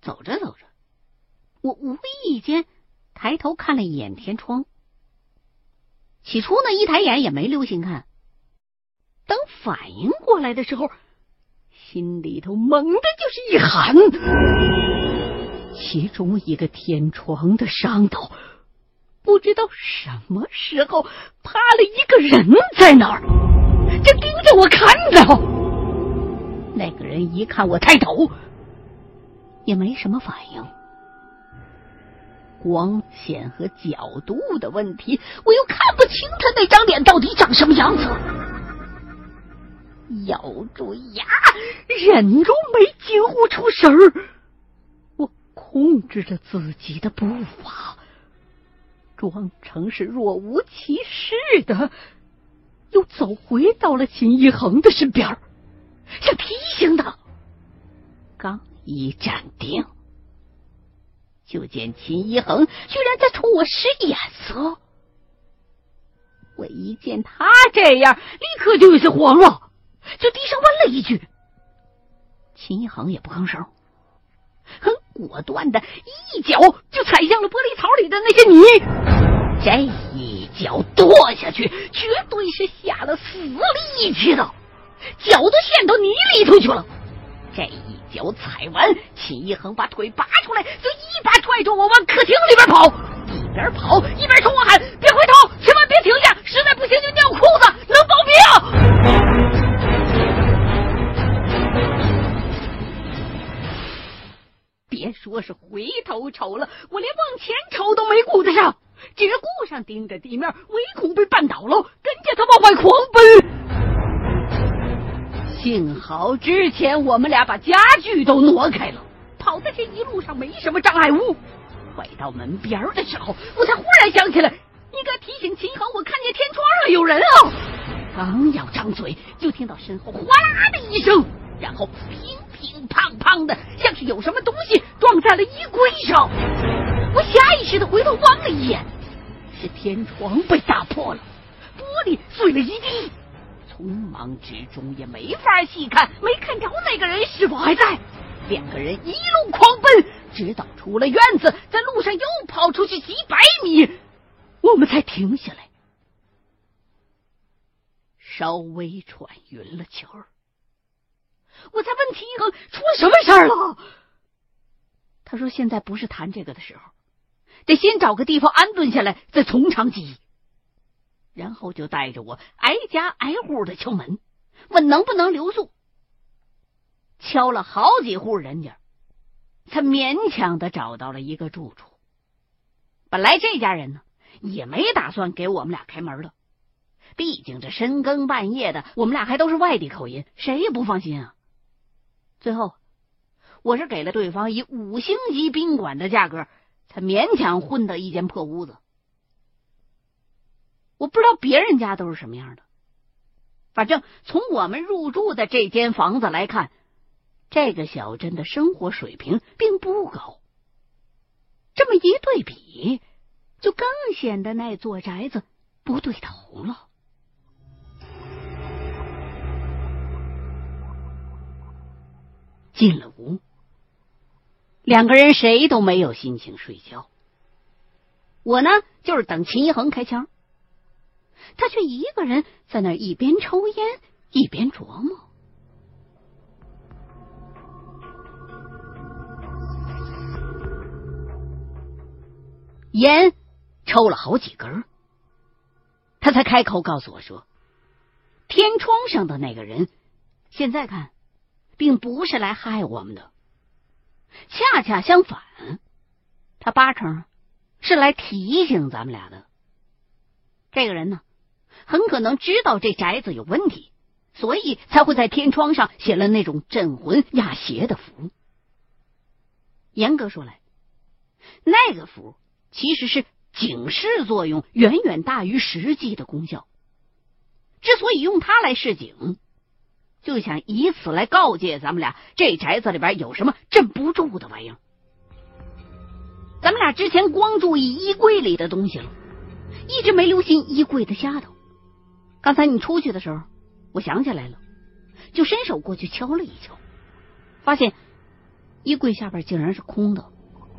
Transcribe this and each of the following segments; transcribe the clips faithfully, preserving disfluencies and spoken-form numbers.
走着走着，我无意间抬头看了一眼天窗。起初呢，一抬眼也没留心看，等反应过来的时候，心里头猛的就是一寒。其中一个天窗的上头，不知道什么时候趴了一个人在那儿，正盯着我看着。那个人一看我抬头，也没什么反应。光线和角度的问题，我又看不清他那张脸到底长什么样子。咬住牙，忍住没惊呼出声儿。我控制着自己的步伐，装成是若无其事的，又走回到了秦一恒的身边，想提醒他。刚一站定，就见秦一恒居然在冲我使眼色。我一见他这样，立刻就有些慌了，就低声问了一句。秦一恒也不吭声，很果断的一脚就踩向了玻璃槽里的那些泥。这一脚跺下去，绝对是下了死力气的，脚都陷到泥里头去了。这一脚踩完，秦一恒把腿拔出来，就一把拽住我往客厅里边跑，一边跑一边冲我喊：别回头，千万别停下，实在不行就尿裤子，能保命。别说是回头瞅了，我连往前瞅都没顾得上，只顾上盯着地面，唯恐被绊倒了，跟着他往外狂奔。幸好之前我们俩把家具都挪开了，跑的这一路上没什么障碍物。快到门边的时候，我才忽然想起来，应该提醒秦恒我看见天窗上有人啊。刚要张嘴，就听到身后哗啦的一声，然后乒乒乓乓的，像是有什么东西撞在了衣柜上。我下意识的回头望了一眼，是天窗被打破了，玻璃碎了一地。匆忙之中也没法细看，没看着那个人是否还在。两个人一路狂奔，直到出了院子，在路上又跑出去几百米，我们才停下来，稍微喘匀了气儿。我才问秦一恒出了什么事儿了。他说现在不是谈这个的时候，得先找个地方安顿下来，再从长计议。然后就带着我挨家挨户的敲门，问能不能留宿。敲了好几户人家，才勉强的找到了一个住处。本来这家人呢也没打算给我们俩开门的，毕竟这深更半夜的，我们俩还都是外地口音，谁也不放心啊。最后我是给了对方以五星级宾馆的价格，才勉强混到一间破屋子。我不知道别人家都是什么样的，反正从我们入住的这间房子来看，这个小镇的生活水平并不高。这么一对比，就更显得那座宅子不对头了。进了屋，两个人谁都没有心情睡觉。我呢，就是等秦一恒开枪，他却一个人在那儿一边抽烟一边琢磨。烟抽了好几根，他才开口告诉我说，天窗上的那个人现在看并不是来害我们的，恰恰相反，他八成是来提醒咱们俩的。这个人呢，很可能知道这宅子有问题，所以才会在天窗上写了那种镇魂压邪的符。严格说来，那个符其实是警示作用远远大于实际的功效。之所以用它来示警，就想以此来告诫咱们俩，这宅子里边有什么镇不住的玩意儿。咱们俩之前光注意衣柜里的东西了，一直没留心衣柜的下头。刚才你出去的时候，我想起来了，就伸手过去敲了一敲，发现衣柜下边竟然是空的。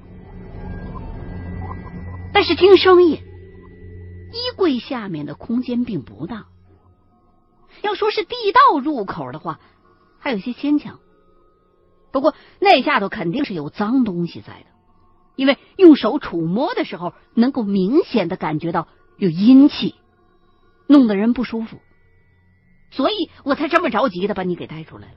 但是听声音，衣柜下面的空间并不大。要说是地道入口的话，还有些牵强。不过那下头肯定是有脏东西在的，因为用手触摸的时候，能够明显的感觉到有阴气，弄得人不舒服。所以我才这么着急的把你给带出来了。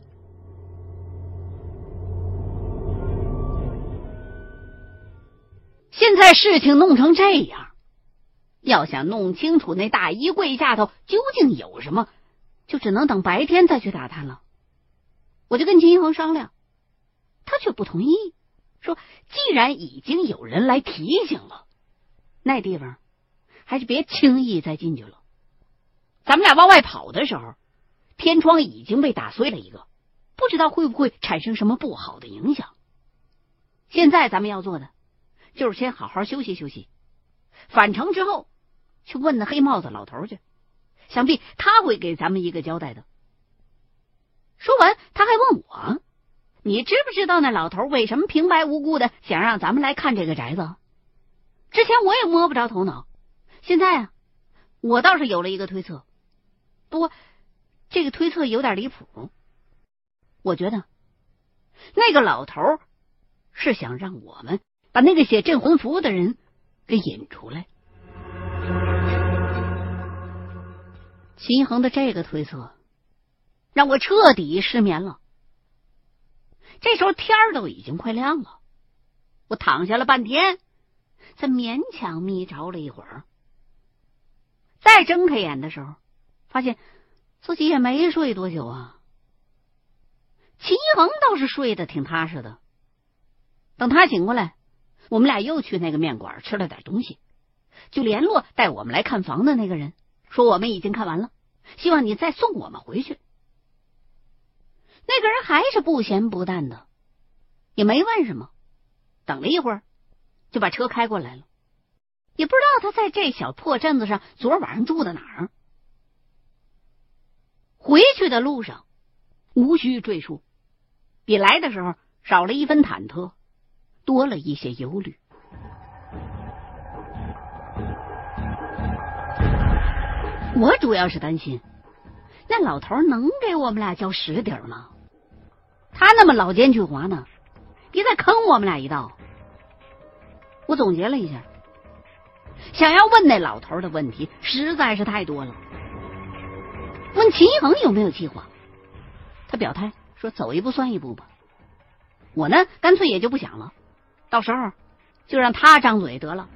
现在事情弄成这样，要想弄清楚那大衣柜下头究竟有什么，就只能等白天再去打探了。我就跟秦一恒商量，他却不同意，说既然已经有人来提醒了，那地方还是别轻易再进去了。咱们俩往外跑的时候，天窗已经被打碎了一个，不知道会不会产生什么不好的影响。现在咱们要做的就是先好好休息休息，返程之后去问那黑帽子老头去，想必他会给咱们一个交代的。说完他还问我，你知不知道那老头为什么平白无故的想让咱们来看这个宅子？之前我也摸不着头脑，现在啊，我倒是有了一个推测。不过这个推测有点离谱，我觉得那个老头是想让我们把那个写镇魂符的人给引出来。秦恒的这个推测让我彻底失眠了。这时候天儿都已经快亮了，我躺下了半天，才勉强眯着了一会儿。再睁开眼的时候，发现自己也没睡多久啊。秦恒倒是睡得挺踏实的。等他醒过来，我们俩又去那个面馆吃了点东西，就联络带我们来看房的那个人，说我们已经看完了，希望你再送我们回去。那个人还是不咸不淡的，也没问什么，等了一会儿就把车开过来了。也不知道他在这小破镇子上昨晚上住的哪儿。回去的路上无需赘述，比来的时候少了一分忐忑，多了一些忧虑。我主要是担心那老头能给我们俩交实底吗？他那么老奸巨猾呢，别再坑我们俩一道。我总结了一下，想要问那老头的问题实在是太多了。问秦恒有没有计划，他表态说走一步算一步吧。我呢干脆也就不想了，到时候就让他张嘴得了。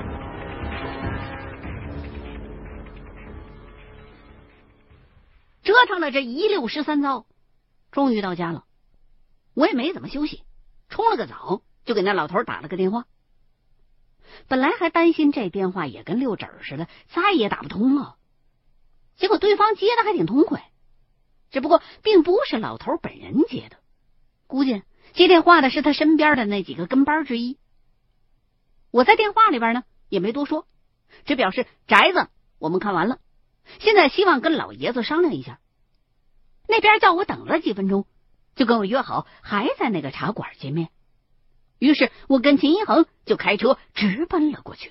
折腾了这一溜十三遭，终于到家了。我也没怎么休息，冲了个澡就给那老头打了个电话。本来还担心这电话也跟溜纸似的再也打不通了，结果对方接的还挺痛快，只不过并不是老头本人接的，估计接电话的是他身边的那几个跟班之一。我在电话里边呢也没多说，只表示宅子我们看完了，现在希望跟老爷子商量一下。那边叫我等了几分钟，就跟我约好还在那个茶馆见面。于是我跟秦一恒就开车直奔了过去。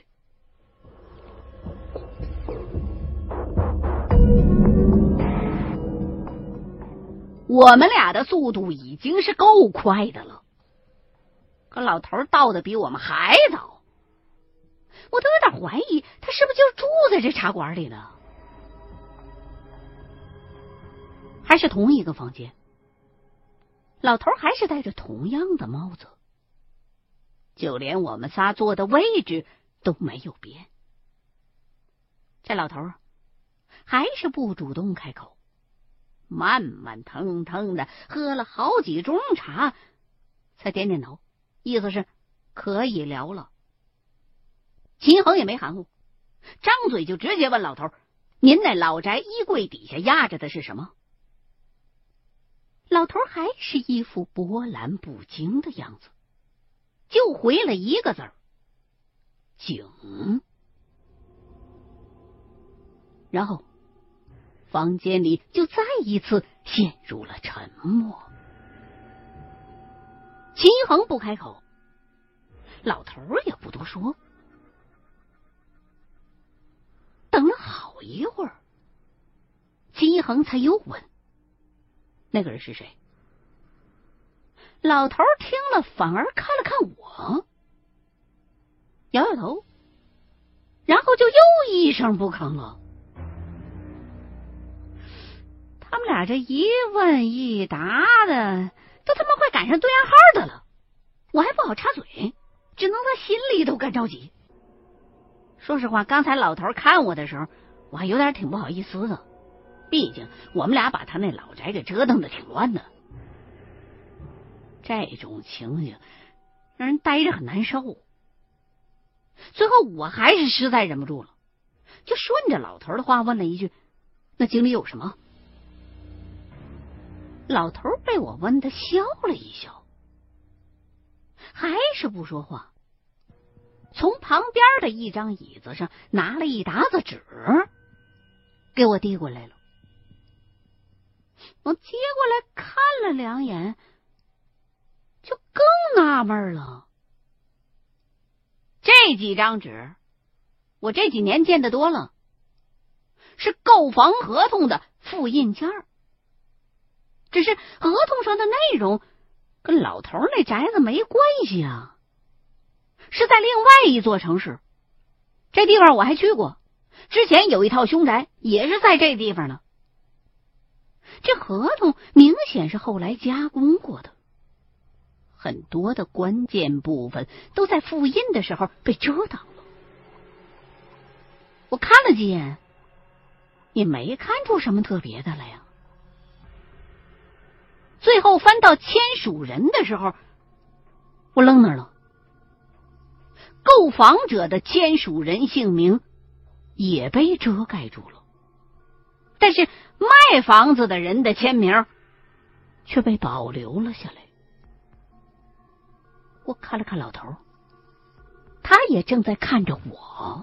我们俩的速度已经是够快的了，可老头到的比我们还早，我都有点怀疑他是不是就住在这茶馆里呢？还是同一个房间，老头还是戴着同样的帽子，就连我们仨坐的位置都没有变。这老头还是不主动开口，慢慢腾腾的喝了好几盅茶，才点点头，意思是可以聊了。秦恒也没含糊，张嘴就直接问老头：“您那老宅衣柜底下压着的是什么？”老头还是一副波澜不惊的样子，就回了一个字儿：“井。”然后房间里就再一次陷入了沉默。 秦一恒不开口，老头也不多说。等了好一会儿，秦一恒才又问：“那个人是谁？”老头听了，反而看了看我，摇摇头，然后就又一声不吭了。他们俩这一问一答的，都他妈快赶上对暗号的了，我还不好插嘴，只能在心里头干着急。说实话，刚才老头看我的时候，我还有点挺不好意思的，毕竟我们俩把他那老宅给折腾的挺乱的。这种情形让人待着很难受。最后我还是实在忍不住了，就顺着老头的话问了一句：“那井里有什么？”老头被我问的笑了一笑，还是不说话，从旁边的一张椅子上拿了一沓子纸给我递过来了。我接过来看了两眼，就更纳闷了。这几张纸我这几年见得多了，是购房合同的复印件儿，只是合同上的内容跟老头那宅子没关系啊，是在另外一座城市。这地方我还去过，之前有一套凶宅也是在这地方呢。这合同明显是后来加工过的，很多的关键部分都在复印的时候被遮挡了。我看了几眼，也没看出什么特别的来呀。最后翻到签署人的时候，我愣那儿了。购房者的签署人姓名也被遮盖住了，但是卖房子的人的签名却被保留了下来。我看了看老头，他也正在看着我。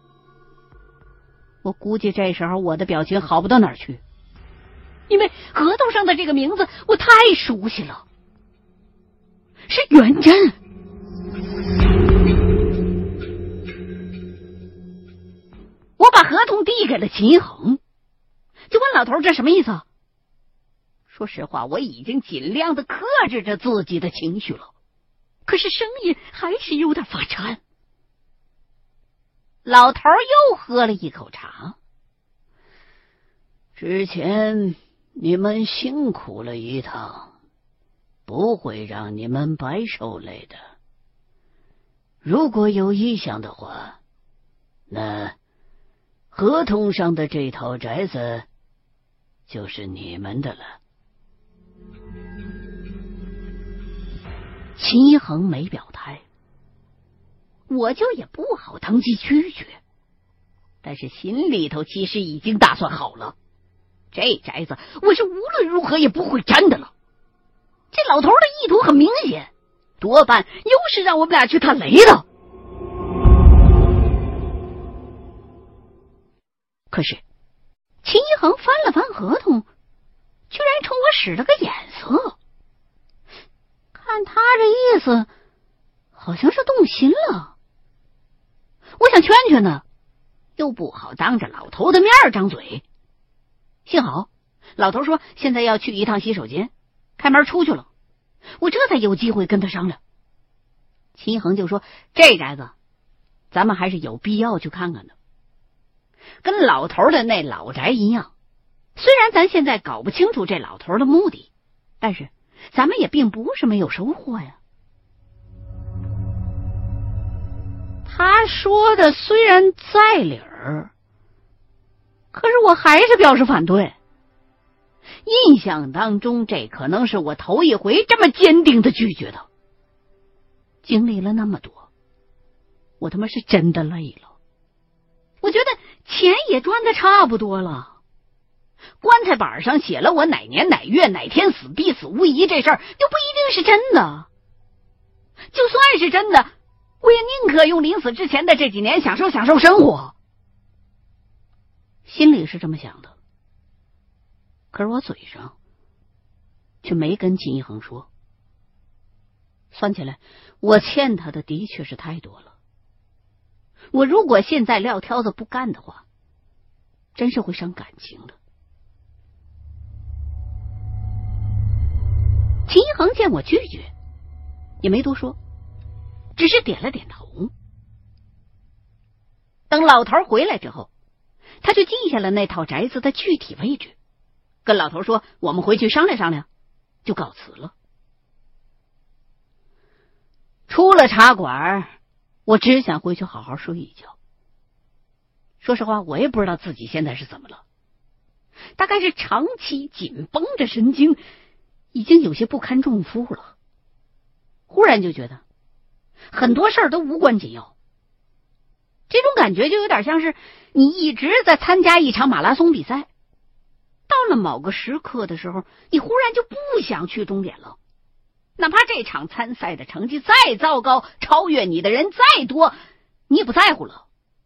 我估计这时候我的表情好不到哪儿去，因为合同上的这个名字我太熟悉了，是元贞。我把合同递给了秦一恒，就问老头这什么意思。说实话，我已经尽量的克制着自己的情绪了，可是声音还是有点发颤。老头又喝了一口茶。 之前你们辛苦了一趟，不会让你们白受累的。如果有意向的话，那合同上的这套宅子就是你们的了。 秦一恒没表态，我就也不好当即拒绝，但是心里头其实已经打算好了，这宅子我是无论如何也不会沾的了。这老头的意图很明显，多半又是让我们俩去探雷的。可是秦一恒翻了翻合同，居然冲我使了个眼色，看他这意思好像是动心了。我想劝劝他，又不好当着老头的面张嘴。幸好老头说现在要去一趟洗手间，开门出去了，我这才有机会跟他商量。秦一恒就说这宅子咱们还是有必要去看看的，跟老头的那老宅一样，虽然咱现在搞不清楚这老头的目的，但是咱们也并不是没有收获呀。他说的虽然在理儿，可是我还是表示反对。印象当中，这可能是我头一回这么坚定的拒绝的。经历了那么多，我他妈是真的累了。我觉得钱也赚的差不多了，棺材板上写了我哪年哪月哪天死，必死无疑，这事儿又不一定是真的。就算是真的，我也宁可用临死之前的这几年享受享受生活。心里是这么想的，可是我嘴上却没跟秦一恒说。 算起来，我欠他的的确是太多了。我如果现在撂挑子不干的话，真是会伤感情的。秦一恒见我拒绝，也没多说，只是点了点头。等老头回来之后，他就记下了那套宅子的具体位置，跟老头说我们回去商量商量，就告辞了。出了茶馆，我只想回去好好睡一觉。说实话，我也不知道自己现在是怎么了，大概是长期紧绷着神经，已经有些不堪重负了。忽然就觉得很多事儿都无关紧要，这种感觉就有点像是你一直在参加一场马拉松比赛，到了某个时刻的时候，你忽然就不想去终点了，哪怕这场参赛的成绩再糟糕，超越你的人再多，你也不在乎了。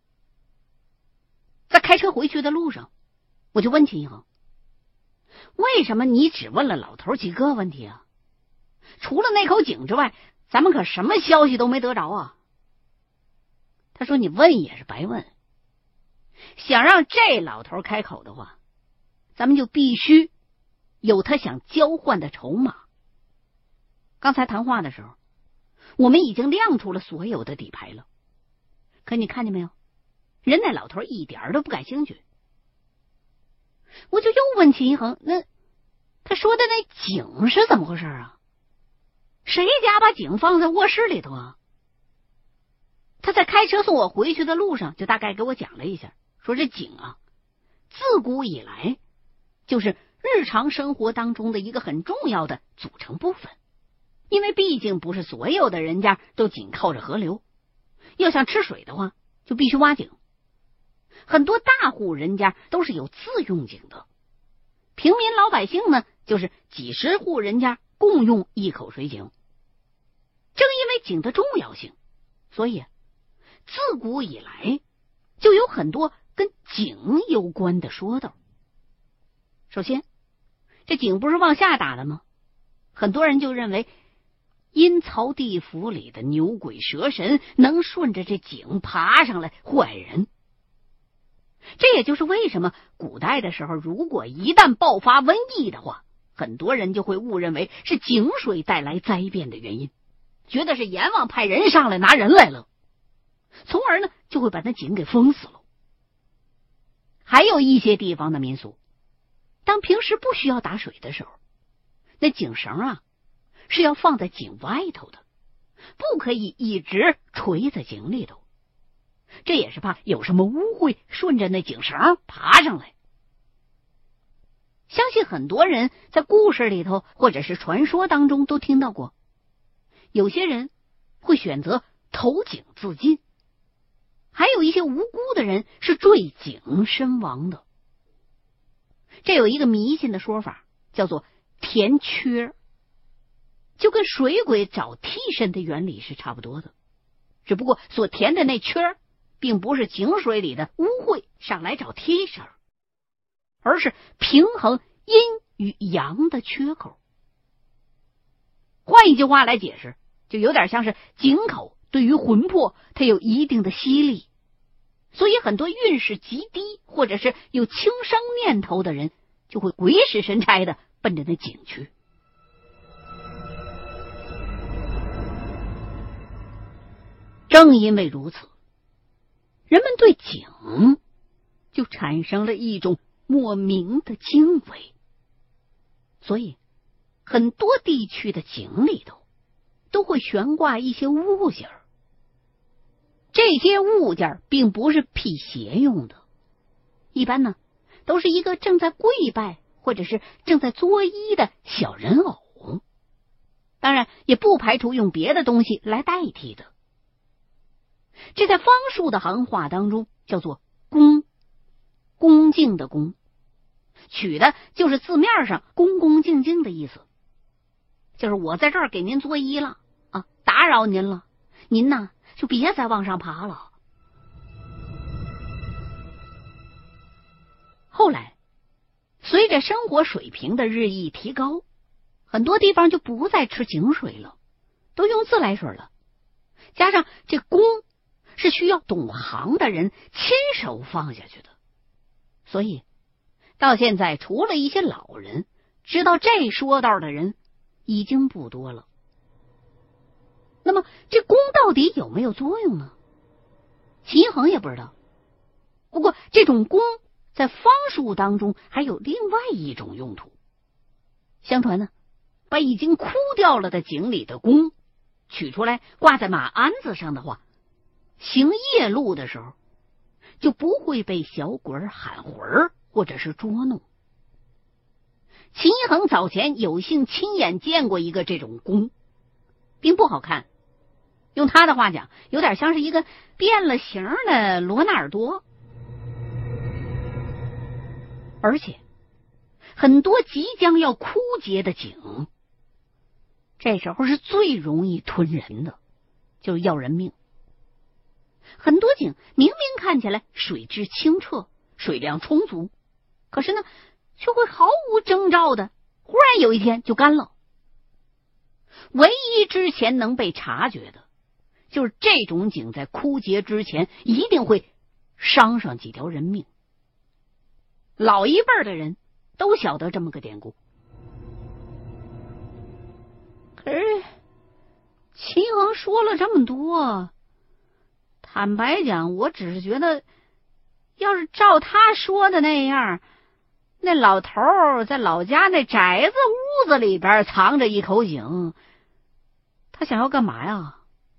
在开车回去的路上，我就问秦一恒，为什么你只问了老头几个问题啊？除了那口井之外，咱们可什么消息都没得着啊。他说你问也是白问，想让这老头开口的话，咱们就必须有他想交换的筹码。刚才谈话的时候，我们已经亮出了所有的底牌了，可你看见没有，人那老头一点都不感兴趣。我就又问秦一恒，那他说的那井是怎么回事啊？谁家把井放在卧室里头啊？他在开车送我回去的路上就大概给我讲了一下，说这井啊，自古以来就是日常生活当中的一个很重要的组成部分。因为毕竟不是所有的人家都紧靠着河流，要想吃水的话就必须挖井。很多大户人家都是有自用井的，平民老百姓呢就是几十户人家共用一口水井。正因为井的重要性，所以自古以来就有很多跟井有关的说道。首先，这井不是往下打的吗？很多人就认为阴曹地府里的牛鬼蛇神能顺着这井爬上来坏人。这也就是为什么古代的时候，如果一旦爆发瘟疫的话，很多人就会误认为是井水带来灾变的原因，觉得是阎王派人上来拿人来了，从而呢就会把那井给封死了。还有一些地方的民俗，当平时不需要打水的时候，那井绳啊是要放在井外头的，不可以一直垂在井里头，这也是怕有什么污秽顺着那井绳爬上来。相信很多人在故事里头或者是传说当中都听到过，有些人会选择投井自尽，还有一些无辜的人是坠井身亡的。这有一个迷信的说法，叫做填缺，就跟水鬼找替身的原理是差不多的，只不过所填的那缺并不是井水里的污秽上来找替身，而是平衡阴与阳的缺口。换一句话来解释，就有点像是井口对于魂魄它有一定的吸力，所以很多运势极低或者是有轻生念头的人就会鬼使神差的奔着那井去。正因为如此，人们对井就产生了一种莫名的敬畏，所以很多地区的井里头都会悬挂一些物件，这些物件并不是辟邪用的，一般呢都是一个正在跪拜或者是正在作揖的小人偶，当然也不排除用别的东西来代替的。这在方术的行话当中叫做恭，恭敬的恭，取的就是字面上恭恭敬敬的意思，就是我在这儿给您作揖了啊，打扰您了，您呢就别再往上爬了。后来随着生活水平的日益提高，很多地方就不再吃井水了， 都用自来水了，加上这弓是需要懂行的人亲手放下去的，所以到现在除了一些老人，知道这说道的人已经不多了。那么这弓到底有没有作用呢？秦一恒也不知道。不过这种弓在方术当中还有另外一种用途。相传呢，把已经枯掉了的井里的弓取出来挂在马鞍子上的话，行夜路的时候就不会被小鬼喊魂儿或者是捉弄。秦一恒早前有幸亲眼见过一个这种弓，并不好看，用他的话讲，有点像是一个变了形的罗纳尔多。而且很多即将要枯竭的井，这时候是最容易吞人的，就是要人命。很多井明明看起来水质清澈，水量充足，可是呢却会毫无征兆的忽然有一天就干了。唯一之前能被察觉的，就是这种井在枯竭之前一定会伤上几条人命。老一辈的人都晓得这么个典故。可是秦恒说了这么多，坦白讲，我只是觉得要是照他说的那样，那老头儿在老家那宅子屋子里边藏着一口井，他想要干嘛呀？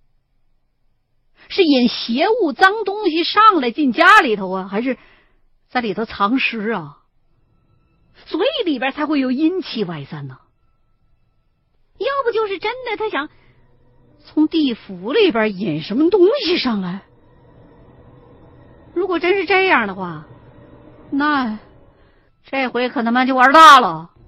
是引邪物脏东西上来进家里头啊，还是在里头藏尸啊？所以里边才会有阴气外散呢。要不就是真的他想从地府里边引什么东西上来。如果真是这样的话，那这回可他妈就玩大了。